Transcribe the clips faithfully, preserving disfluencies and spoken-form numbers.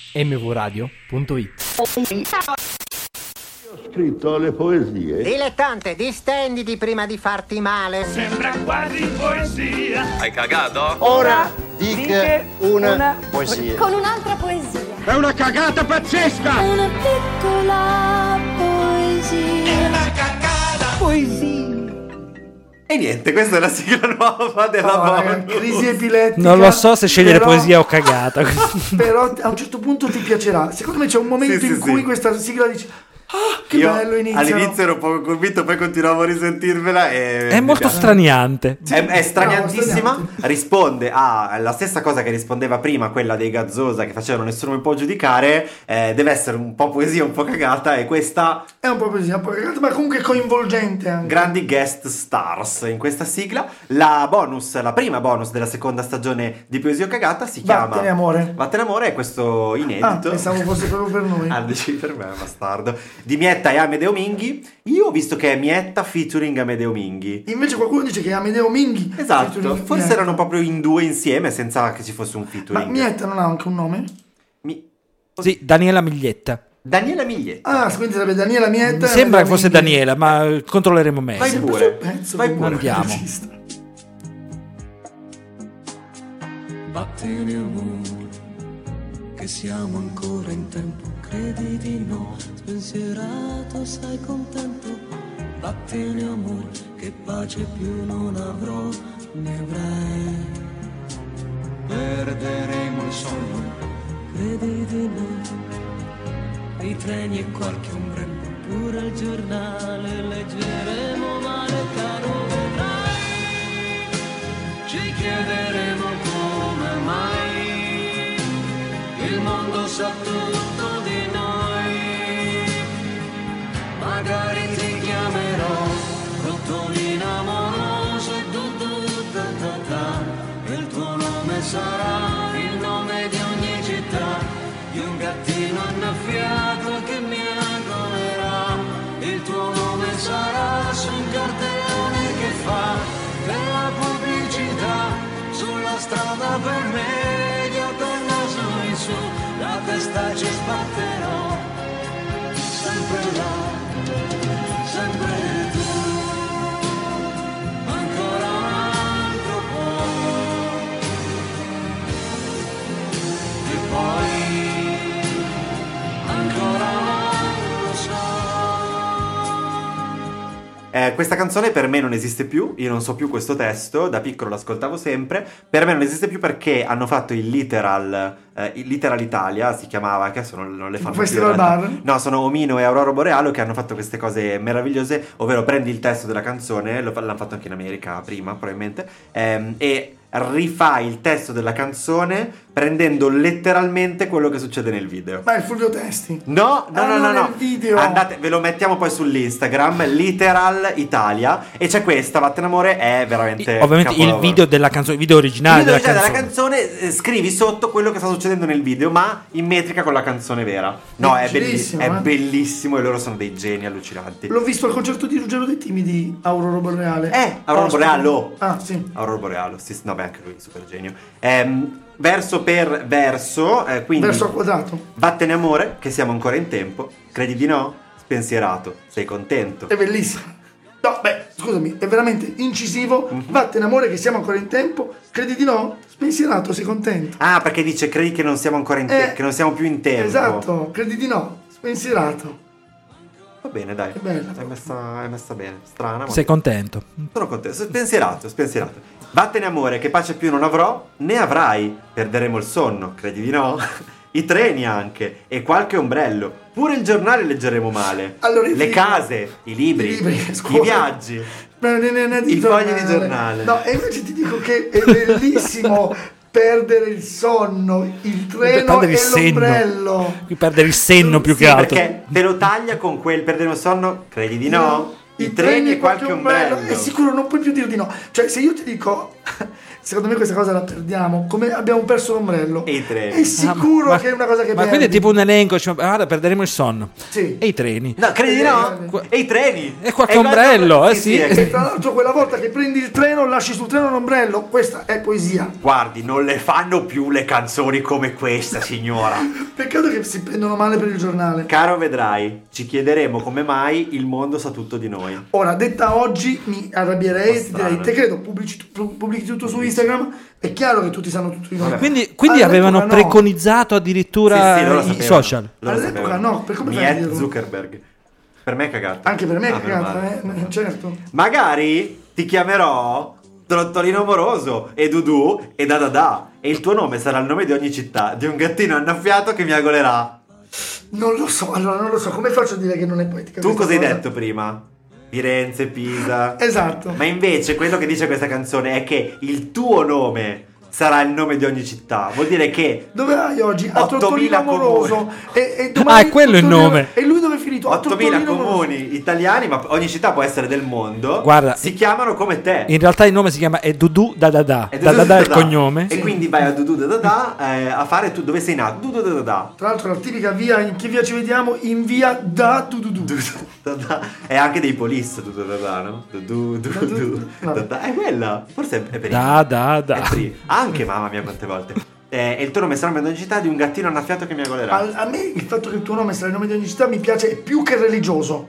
m v radio punto it. Ho scritto le poesie. Dilettante, distenditi prima di farti male. Sembra quasi poesia. Hai cagato? Ora dica una, una poesia. Con un'altra poesia. È una cagata pazzesca! Una piccola poesia. È una cagata. Poesia. E niente, questa è la sigla nuova della oh, raga, crisi epilettica. Non lo so se scegliere però, poesia o cagata. Però a un certo punto ti piacerà. Secondo me c'è un momento sì, in sì, cui sì. questa sigla dice: ah, che Io bello inizia. all'inizio ero poco convinto, poi continuavo a risentirvela e È molto straniante. È, è straniantissima. No, risponde alla stessa cosa che rispondeva prima, quella dei Gazzosa che facevano Nessuno mi può giudicare. Eh, deve essere un po' poesia, un po' cagata, e questa è un po' così, un po' cagata, ma comunque coinvolgente anche. Grandi guest stars in questa sigla. La bonus, la prima bonus della seconda stagione di Poesia o Cagata si chiama Vattene amore. Vattene amore, è questo inedito. Ah, pensavo fosse proprio per noi. Ah, dici per me, bastardo. Di Mietta e Amedeo Minghi. Io ho visto che è Mietta featuring Amedeo Minghi. Invece qualcuno dice che è Amedeo Minghi. Esatto, forse Mietta. erano proprio in due insieme senza che ci fosse un featuring. Ma Mietta non ha anche un nome? Mi... Sì, Daniela Miglietta. Daniela Miglietta. Ah, quindi sarebbe Daniela Mietta. Mi sembra che Amedeo fosse Minghi. Daniela, ma controlleremo meglio. Vai Sempre pure. sul pezzo, Vai comunque, pure. Andiamo. regista. Vattene amore, che siamo ancora in tempo, credi di no, spensierato sei contento. Vattene amore, che pace più non avrò, ne avrai. Perderemo il sonno, credi di no, i treni e qualche ombrello, pure il giornale leggeremo male, caro vedrai. Ci chiederemo come mai il mondo sa tutto di noi. Magari ti chiamerò Rottolina amorosa, du du da da da. Il tuo nome sarà il nome di ogni città, di un gattino annaffiato che mi agonerà. Il tuo nome sarà su un cartellone che fa della pubblicità. Sulla strada per meglio col naso in su, la testa ci sbatterò, sempre là, sempre tu, ancora un altro po', e poi ancora non lo so. Eh, questa canzone per me non esiste più, io non so più questo testo, da piccolo l'ascoltavo sempre, per me non esiste più perché hanno fatto il literal, eh, il literal Italia si chiamava, che adesso non, non le fanno più in Festival realtà. Bar? No, sono Omino e Aurora Borealo che hanno fatto queste cose meravigliose, ovvero prendi il testo della canzone, lo, l'hanno fatto anche in America prima probabilmente, ehm, e rifai il testo della canzone prendendo letteralmente quello che succede nel video. Ma è il Fulvio Testi. No, no, Ah, no, no, non no. nel video. Andate, ve lo mettiamo poi sull'Instagram, Literal Italia, e c'è questa, Vattene amore, è veramente Ovviamente il capolavoro. video della canzone, il video originale Il video della della canzone. canzone, eh, scrivi sotto quello che sta succedendo nel video, ma in metrica con la canzone vera. No, è bellissimo, Bellissimo, è eh. bellissimo e loro sono dei geni allucinanti. L'ho visto al concerto di Ruggero De Timidi, Aurora Boreale. Eh, Aurora Ospite. Borealo. Ah, sì. Aurora Borealo, sì, sì, no, beh, anche lui è super genio. Ehm, verso per verso, eh, quindi Verso al quadrato. Vattene amore, che siamo ancora in tempo. Credi di no? Spensierato, sei contento. È bellissimo. No, beh, scusami, è veramente incisivo. Mhm. Vattene amore che siamo ancora in tempo. Credi di no? Spensierato, sei contento. Ah, perché dice credi che non siamo ancora in tempo, Eh, che non siamo più in tempo. Esatto, credi di no? Spensierato. Va bene, dai. È bella. È messa, è messa bene. Strana, ma Sei contento? sono contento. Spensierato, spensierato. Vattene amore, che pace più non avrò, né avrai. Perderemo il sonno, credi di no? I treni anche, e qualche ombrello. Pure il giornale leggeremo male. Allora, i Le film- case, i libri, I libri, i scuola. viaggi. Beh, ne- ne- ne- di I fogli di giornale. No, e invece ti dico che è bellissimo perdere il sonno, il treno Perdere e il senno. l'ombrello. Qui perdere il senno più Sì, che altro. perché te lo taglia con quel perdere il sonno, credi di no? I, treni e qualche ombrello. È sicuro non puoi più dire di no. Cioè, se io ti dico secondo me questa cosa la perdiamo, come abbiamo perso l'ombrello. E i treni. È sicuro Ma- che è una cosa che Ma perdi. quindi è tipo un elenco, cioè, guarda, perderemo il sonno. Sì. E i treni. No, credi di no? Eh, E i treni? E qualche E ombrello, eh, sì, sì. è E che- tra l'altro quella volta che prendi il treno, lasci sul treno un ombrello, questa è poesia. Guardi, non le fanno più le canzoni come questa, signora. Peccato che si prendono male per il giornale. Caro vedrai, ci chiederemo come mai il mondo sa tutto di noi. Ora, detta oggi, mi arrabbierei e ti strano. direi, te credo, pubblici, tu- pubblichi tutto su Instagram, è chiaro che tutti sanno tutto di noi. Quindi, quindi All'epoca avevano no. preconizzato addirittura Sì, sì, loro i sapevano. social. Loro All'epoca sapevano. no, per come fai a Niet dirlo? Zuckerberg. Per me è cagata. Anche per me è Ah, meno cagata, male. eh, certo. Magari ti chiamerò Trottolino Amoroso e Dudu e da da da. E il tuo nome sarà il nome di ogni città, di un gattino annaffiato che mi agolerà. Non lo so, allora non lo so, come faccio a dire che non è poetica? Tu questa cosa hai cosa? detto prima? Firenze, Pisa. Esatto. Ma invece quello che dice questa canzone è che il tuo nome sarà il nome di ogni città. Vuol dire che Dove vai oggi? A ottomila Trottolino Amoroso. comuni. E, e Ah, è quello il Trottolino- nome. E lui dove è finito? A ottomila Trottolino Amoroso. comuni italiani, ma ogni città può essere del mondo. Guarda, si chiamano come te. In realtà il nome si chiama è Dudu da da da. E Da da da è il cognome. E quindi vai a Dudu da da da eh, a fare tu dove sei nato. Dudu da da da. Tra l'altro la tipica via, in che via ci vediamo? In via da du du du. Du da da. È anche dei police Dudu da da, no? Dudu du du- du da vabbè. da. È quella. Forse è, è per Da da È da. pri- Anche mamma mia quante volte. Eh, e il tuo nome sarà il nome di ogni città di un gattino annaffiato che mi agolerà. A, a me il fatto che il tuo nome sarà il nome di ogni città mi piace più che religioso.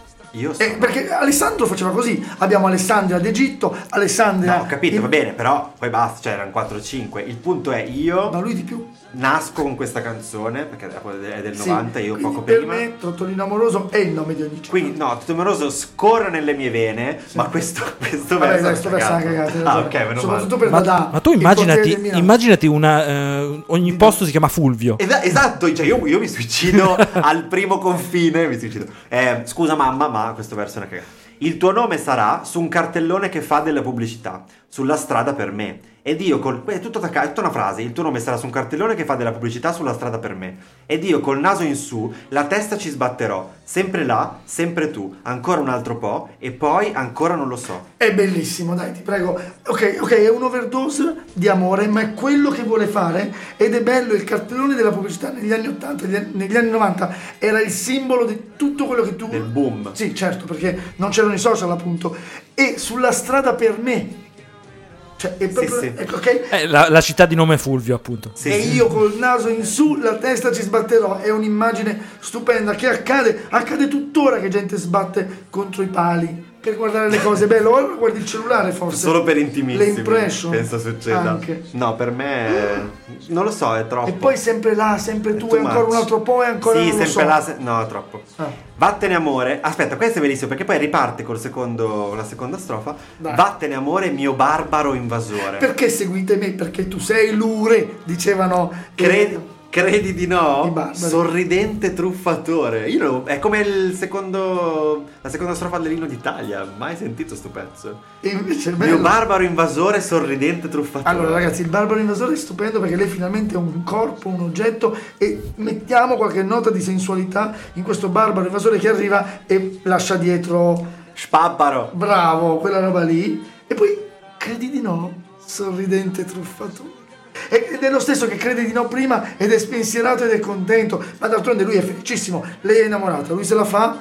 Io so. Eh, perché Alessandro faceva così. Abbiamo Alessandria d'Egitto, Alessandria. No, ho capito, in- va bene, però poi basta, cioè erano quattro o cinque. Il punto è io Ma lui di più. nasco con questa canzone, perché è del Sì, novanta, io quindi poco per prima. me Trottolino Amoroso è il nome di ogni città. Quindi no, tutto amoroso scorre nelle mie vene, ma questo, questo Vabbè, verso dai, è sto verso è cagato. cagato, hai Ah, ragione. ok, meno Soprattutto male. per Dada. Ma tu il potere immaginati, del Milano. immaginati una. eh, ogni posto si chiama Fulvio. Esa- esatto, cioè io, io mi suicido al primo confine, mi suicido. Eh, scusa mamma, ma questo verso è una cagata. Il tuo nome sarà su un cartellone che fa della pubblicità, sulla strada per me. Ed io col... È tutta, attacca- è tutta una frase. Il tuo nome sarà su un cartellone che fa della pubblicità sulla strada per me. Ed io col naso in su, la testa ci sbatterò. Sempre là, sempre tu. Ancora un altro po', e poi ancora non lo so. È bellissimo, dai, ti prego. Ok, ok, è un'overdose di amore, ma è quello che vuole fare. Ed è bello, il cartellone della pubblicità negli anni ottanta, negli anni- negli anni novanta era il simbolo di tutto quello che tu... Del boom. Sì, certo, perché non c'erano i social appunto. E sulla strada per me. Cioè, è proprio... sì. ecco, ok? Eh, la, la città di nome Fulvio, appunto. Sì, e sì. io col naso in su, la testa ci sbatterò. È un'immagine stupenda che accade, accade tuttora che gente sbatte contro i pali per guardare le cose belle. Ora guardi il cellulare forse. Solo per intimissimi. Le impression. Penso succeda. Anche. No, per me... Non lo so, è troppo. E poi sempre là, sempre tu, Too e ancora much. un altro po' e ancora Sì, non lo sempre so. là. se- No, è troppo. Ah. Vattene amore. Aspetta, questo è bellissimo perché poi riparte col secondo, la seconda strofa. Dai. Vattene amore, mio barbaro invasore. Perché seguite me? Perché tu sei l'ure, dicevano. Credi, credi di I no? barbari. Sorridente truffatore. Io lo- è come il secondo, la seconda strofa dell'inno d'Italia. Mai sentito sto pezzo. E invece è Mio bello. barbaro invasore, sorridente truffatore. Allora ragazzi, il barbaro invasore è stupendo perché lei finalmente è un corpo, un oggetto, e mettiamo qualche nota di sensualità in questo barbaro invasore che arriva e lascia dietro, Spabbaro. bravo, quella roba lì. E poi, credi di no? Sorridente truffatore. Ed è lo stesso che crede di no prima ed è spensierato ed è contento, ma d'altronde lui è felicissimo, lei è innamorata, lui se la fa.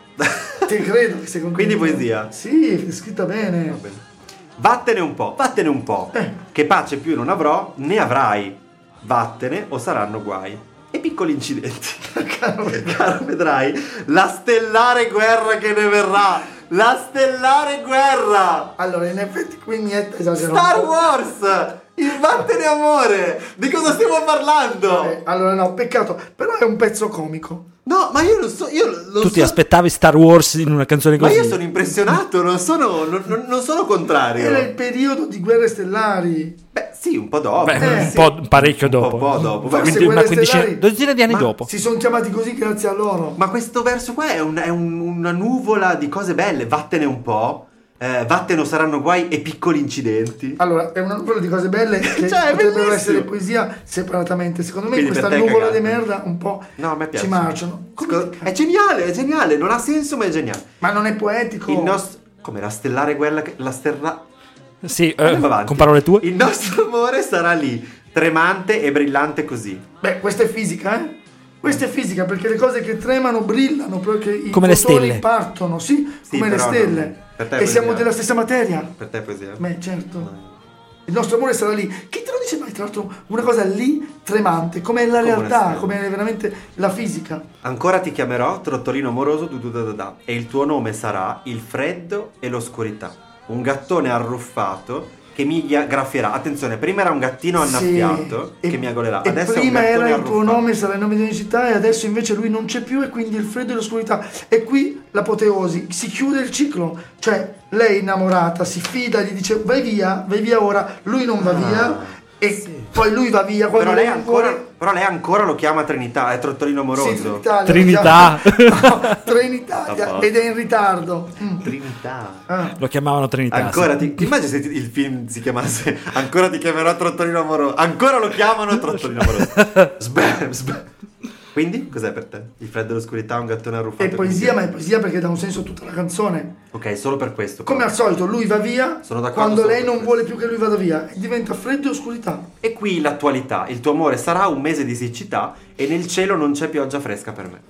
Ti credo che sei contento. Quindi poesia? Sì, è scritta bene. Va bene. Vattene un po', vattene un po', Eh. che pace più non avrò, né avrai. Vattene o saranno guai. E piccoli incidenti. Caro vedrai, la stellare guerra che ne verrà. La stellare guerra. Allora, in effetti qui mi è esagerato. Star Wars. Il vattene amore. Di cosa stiamo parlando? Eh, allora no, peccato, però è un pezzo comico. No, ma io non so, io non Tu ti so- aspettavi Star Wars in una canzone Ma così? io sono impressionato, non sono, non, non- non sono contrario. Era il periodo di Guerre Stellari. Beh, sì, un po' dopo. Beh, Eh, un sì. po' parecchio Un po', dopo. po' dopo. Forse Quindi una Guerre quindicina, Stellari- dozzina di anni Ma dopo. Si sono chiamati così grazie a loro. Ma questo verso qua è, un- è un- una nuvola di cose belle. Vattene un po'. Eh, vattene o saranno guai e piccoli incidenti. Allora, è una nuvola di cose belle che Cioè, è potrebbero bellissimo. essere poesia separatamente. Secondo me Quindi questa per te è nuvola di cagata. merda un po' No, a me piace. ci marciano. Come Scusa, ti è cazzo? geniale, è geniale. Non ha senso, ma è geniale. Ma non è poetico. Il nostro. Come la stellare guerra che. La sterra. Sì, eh, Andiamo avanti. con parole tue. Il nostro amore sarà lì, tremante e brillante così. Beh, questa è fisica, eh? Questa è fisica, perché le cose che tremano brillano, perché i Come le fotoni stelle. partono, sì, Sì, come le però stelle. non- per te è e siamo poesia. della stessa materia. Per te è poesia? Beh, certo. Il nostro amore sarà lì. Chi te lo dice mai, tra l'altro, una cosa lì tremante, come è la Come una realtà, stella. come è veramente la fisica. Ancora ti chiamerò trottolino amoroso du du da da da, e il tuo nome sarà il freddo e l'oscurità. Un gattone arruffato che mi graffierà. Attenzione, prima era un gattino annaffiato Sì. che E- mi agolerà. E Adesso è un prima gattone era il tuo arruffato. nome, sarà il nome di ogni città, e adesso invece lui non c'è più, e quindi il freddo e l'oscurità. E qui l'apoteosi, si chiude il ciclo. Cioè, lei innamorata si fida, gli dice vai via, vai via ora, lui non va Ah, via, e poi lui va via quando Però lei, non ancora, vuole. però lei ancora lo chiama Trinità, è trottolino amoroso. Sì, Trinitalia, Trinità. no, Trinitalia, A ed è in ritardo. Mm. Trinità. Ah. Lo chiamavano Trinità. Ancora sì. ti, ti immagini se ti- il film si chiamasse Ancora ti chiamerò trottolino amoroso. Ancora lo chiamano trottolino amoroso. Sbam, sbam. Quindi cos'è per te? Il freddo e l'oscurità, un gattone arruffato. È che poesia, mi- ma è poesia perché dà un senso a tutta la canzone. Ok, solo per questo. Come però. al solito, lui va via Sono d'accordo quando solo lei per non questo. vuole più che lui vada via, e diventa freddo e oscurità. E qui l'attualità. Il tuo amore sarà un mese di siccità e nel cielo non c'è pioggia fresca per me.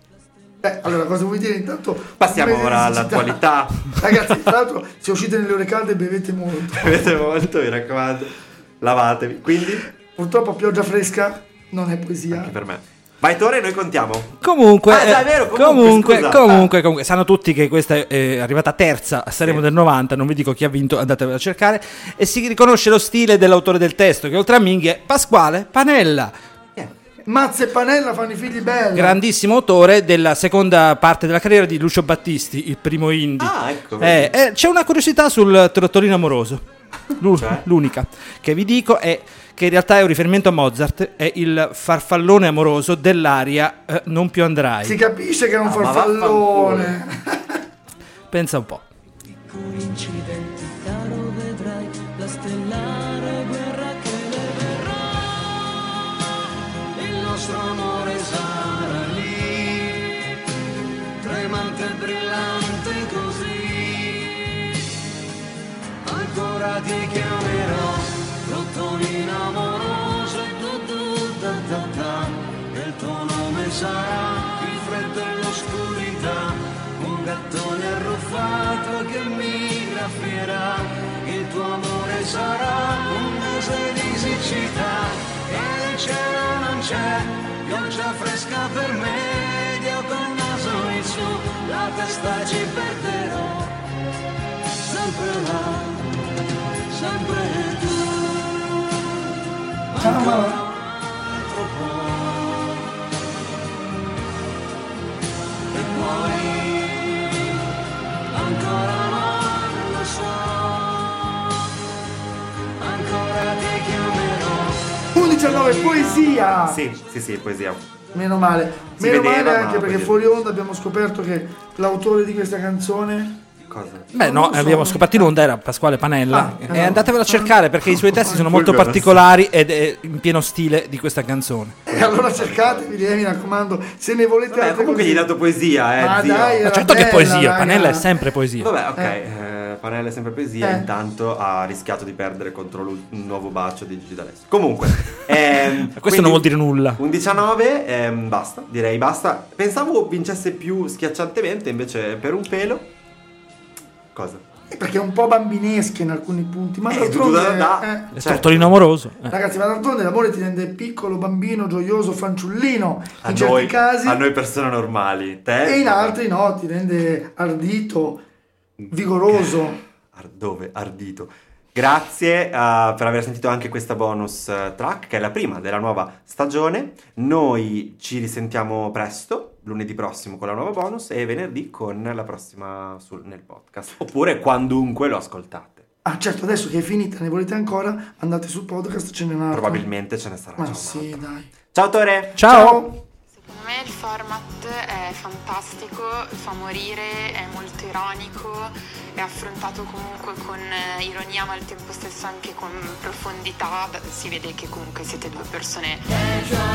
Beh, allora cosa vuoi dire? Intanto Passiamo un mese ora di siccità. all'attualità. Ragazzi, tra l'altro, se uscite nelle ore calde bevete molto. Avete molto, mi raccomando. Lavatevi. Quindi, Purtroppo pioggia fresca non è poesia. anche per me. Vai Tore, noi contiamo. Comunque, Ah, già, è eh, vero, comunque, comunque, scusa. comunque, comunque, sanno tutti che questa è eh, arrivata terza a Sanremo Sì. del novanta, non vi dico chi ha vinto, andatevelo a cercare, e si riconosce lo stile dell'autore del testo, che oltre a Minghi è Pasquale Panella, Mazza e Panella fanno i figli belli. grandissimo autore della seconda parte della carriera di Lucio Battisti, il primo indie. Ah, ecco. Eh, vedi. eh, c'è una curiosità sul trottolino amoroso. L'u- Cioè? L'unica che vi dico è che in realtà è un riferimento a Mozart, è il farfallone amoroso dell'aria eh, Non più andrai. Si capisce che è un Ah, ma farfallone. Pensa un po'. Incidenti, caro, vedrai la stellare guerra che ne verrà. Il nostro amore sarà lì, tremante e brillante così. Ancora ti chiamerò, trottolino amoroso, du du da da da. E il tuo nome sarà il freddo e l'oscurità. Un gattone arruffato che mi graffierà. Il tuo amore sarà un mese di siccità. E il cielo non c'è pioggia fresca per me. Dio col naso in su, la testa ci perderò. Sempre là, sempre tu. Ciao, Ancora mamma. un altro po'. E poi ancora non lo so, ancora ti chiamerò. undici a nove, poesia. Sì, sì, sì, poesia. Meno male. Si Meno vedeva, male ma anche perché poesia. fuori onda abbiamo scoperto che l'autore di questa canzone. Cosa? Beh, Non no, lo so. abbiamo scoperto in onda, era Pasquale Panella. Ah, e no. andatevelo a cercare perché i suoi testi sono molto Fulvio, particolari ed è in pieno stile di questa canzone. E allora cercatevi, eh, mi raccomando, se ne volete Vabbè, altre comunque gli così. hai dato poesia, eh, Ma zio. dai, Ma era certo che è bella, poesia, raga. Panella è sempre poesia. Vabbè, ok, eh, Panella è sempre poesia, Eh. intanto ha rischiato di perdere contro l'ul- un nuovo bacio di Gigi D'Alessio. Comunque, ehm, Questo quindi non vuol dire nulla. undici a nove, ehm, basta, direi basta. Pensavo vincesse più schiacciantemente, invece per un pelo. Cosa? Eh, Perché è un po' bambinesca in alcuni punti, ma Eh, d'altronde da- da- eh, È certo. trottolino amoroso. eh. ragazzi, ma d'altronde l'amore ti rende piccolo, bambino, gioioso, fanciullino A in certi noi, casi, a noi persone normali. Te? e in altri no, ti rende ardito, vigoroso. Ar- dove? Ardito. Grazie uh, per aver sentito anche questa bonus uh, track, che è la prima della nuova stagione. Noi ci risentiamo presto, lunedì prossimo con la nuova bonus e venerdì con la prossima sul, nel podcast. Oppure quandunque lo ascoltate. Ah certo, adesso che è finita, ne volete ancora? Andate sul podcast, ce n'è un'altra. Probabilmente ce ne sarà Ma già sì, un'altra. dai. Ciao Tore! Ciao. Secondo me il format è fantastico, fa morire, è molto ironico, è affrontato comunque con eh, ironia ma al tempo stesso anche con profondità. Beh, si vede che comunque siete due persone